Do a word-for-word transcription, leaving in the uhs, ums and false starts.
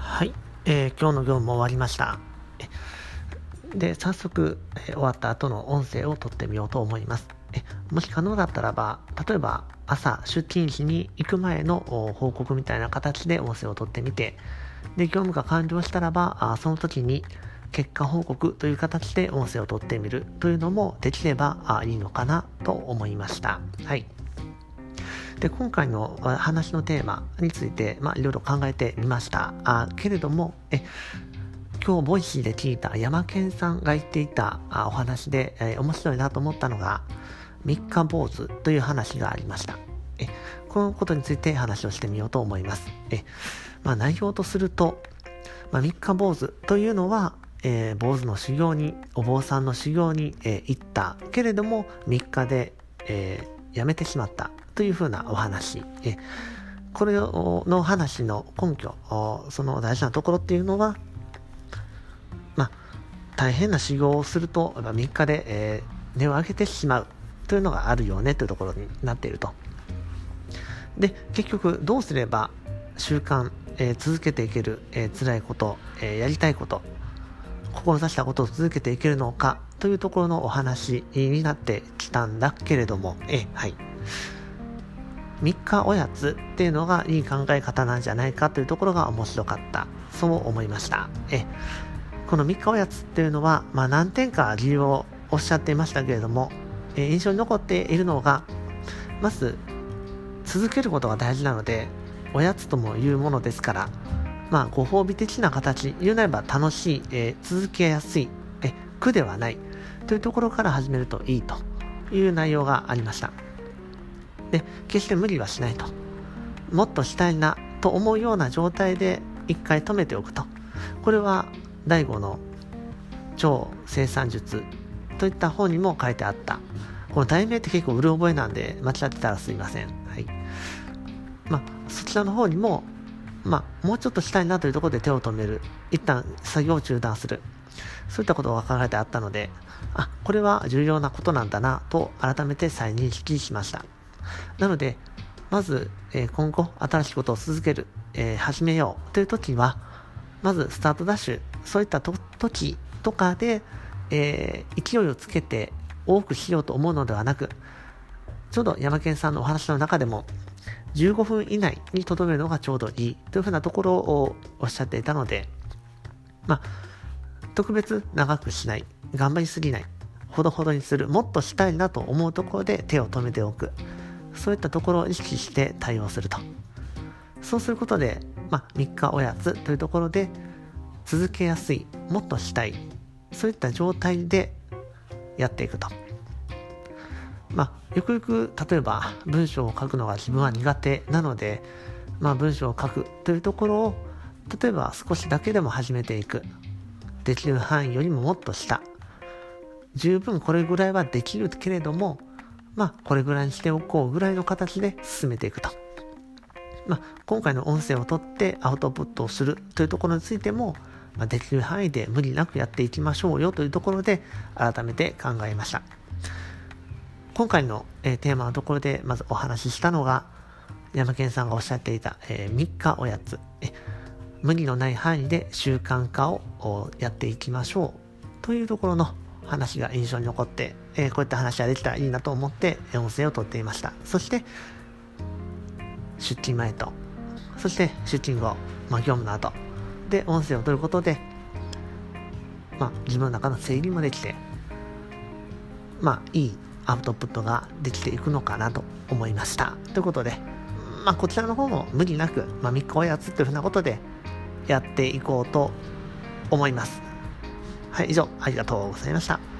はい、えー今日の業務も終わりました。えで、早速、えー終わった後の音声を取ってみようと思います。えもし可能だったらば、例えば朝出勤時に行く前のお報告みたいな形で音声を取ってみて、で、業務が完了したらば、あその時に結果報告という形で音声を取ってみるというのもできればあいいのかなと思いました。はい。で、今回のあ話のテーマについて、まあ、いろいろ考えてみました。あけれども、え今日ボイシーで聞いた山健さんが言っていたあお話で、えー面白いなと思ったのが、三日坊主という話がありました。えこのことについて話をしてみようと思います。え、まあ、内容とすると、まあ、三日坊主というのは、えー坊主の修行に、お坊さんの修行に、えー行ったけれどもみっかで、えー辞めてしまったというふうなお話。えこれの話の根拠、おその大事なところっていうのは、まあ、大変な修行をするとやっぱみっかで、えー値を上げてしまうというのがあるよねというところになっていると。で、結局どうすれば習慣、えー続けていける、えー辛いこと、えーやりたいこと、志したことを続けていけるのかというところのお話になってきたんだけれども、えはいみっかおやつっていうのがいい考え方なんじゃないかというところが面白かった、そう思いました。えこのみっかおやつっていうのは、まあ、何点か理由をおっしゃっていましたけれども、え印象に残っているのが、まず続けることが大事なので、おやつともいうものですから、まあ、ご褒美的な形、言うなれば楽しい、えー続けやすい、え苦ではないというところから始めるといいという内容がありました。で、決して無理はしないと。もっとしたいなと思うような状態で一回止めておくと。これは大悟の超生産術といった本にも書いてあった。この題名って結構うる覚えなんで間違ってたらすいません。はい。まあ、そちらの方にもまあ、もうちょっとしたいなというところで手を止める、一旦作業を中断する、そういったことが考えてあったので、あ、これは重要なことなんだなと改めて再認識しました。なのでまず、えー今後新しいことを続ける、えー始めようという時は、まずスタートダッシュ、そういったと時とかで、えー勢いをつけて多くしようと思うのではなく、ちょうど山健さんのお話の中でもじゅうごふん以内に留めるのがちょうどいいというふうなところをおっしゃっていたので、まあ、特別長くしない、頑張りすぎない、ほどほどにする、もっとしたいなと思うところで手を止めておく、そういったところを意識して対応すると。そうすることで、まあ、みっかおやつというところで続けやすい、もっとしたい、そういった状態でやっていくと。まあ、よくよく例えば文章を書くのが自分は苦手なので、まあ、文章を書くというところを例えば少しだけでも始めていく、できる範囲よりももっと下、十分これぐらいはできるけれども、まあ、これぐらいにしておこうぐらいの形で進めていくと。まあ、今回の音声を取ってアウトプットをするというところについても、まあ、できる範囲で無理なくやっていきましょうよというところで改めて考えました。今回の、えーテーマのところでまずお話ししたのが、山健さんがおっしゃっていた、えー、みっかおやつ、え無理のない範囲で習慣化をおやっていきましょうというところの話が印象に残って、えーこういった話ができたらいいなと思って音声を取っていました。そして出勤前と、そして出勤後、まあ、業務の後で音声を取ることで、まあ、自分の中の整理もできて、まあいいアウトプットができていくのかなと思いました。ということで、まあ、こちらの方も無理なく、まあ、みっかおやつというふうなことでやっていこうと思います。はい、以上ありがとうございました。